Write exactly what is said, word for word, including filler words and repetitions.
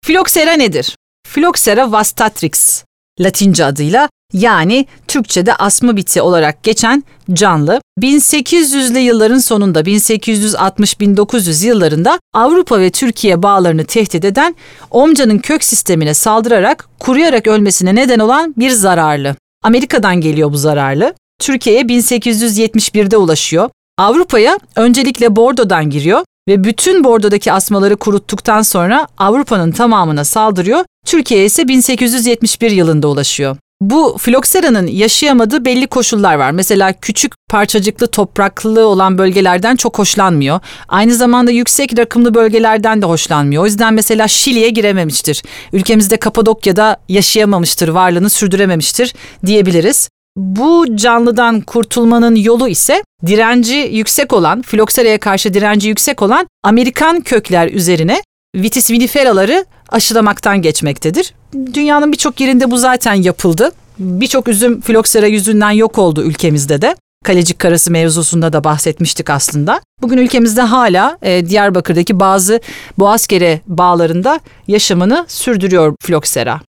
Filoksera nedir? Filoksera vastatrix, Latince adıyla, yani Türkçe'de asma biti olarak geçen canlı, bin sekiz yüzlü yılların sonunda bin sekiz yüz altmış bin dokuz yüz yıllarında Avrupa ve Türkiye bağlarını tehdit eden, omcanın kök sistemine saldırarak kuruyarak ölmesine neden olan bir zararlı. Amerika'dan geliyor bu zararlı. Türkiye'ye bin sekiz yüz yetmiş birde ulaşıyor. Avrupa'ya öncelikle Bordo'dan giriyor ve bütün Bordo'daki asmaları kuruttuktan sonra Avrupa'nın tamamına saldırıyor. Türkiye'ye ise bin sekiz yüz yetmiş bir yılında ulaşıyor. Bu filokseranın yaşayamadığı belli koşullar var. Mesela küçük parçacıklı topraklı olan bölgelerden çok hoşlanmıyor. Aynı zamanda yüksek rakımlı bölgelerden de hoşlanmıyor. O yüzden mesela Şili'ye girememiştir. Ülkemizde Kapadokya'da yaşayamamıştır, varlığını sürdürememiştir diyebiliriz. Bu canlıdan kurtulmanın yolu ise direnci yüksek olan, filokseraya karşı direnci yüksek olan Amerikan kökler üzerine Vitis viniferaları aşılamaktan geçmektedir. Dünyanın birçok yerinde bu zaten yapıldı. Birçok üzüm filoksera yüzünden yok oldu ülkemizde de. Kalecik karası mevzusunda da bahsetmiştik aslında. Bugün ülkemizde hala e, Diyarbakır'daki bazı boğazkere bağlarında yaşamını sürdürüyor filoksera.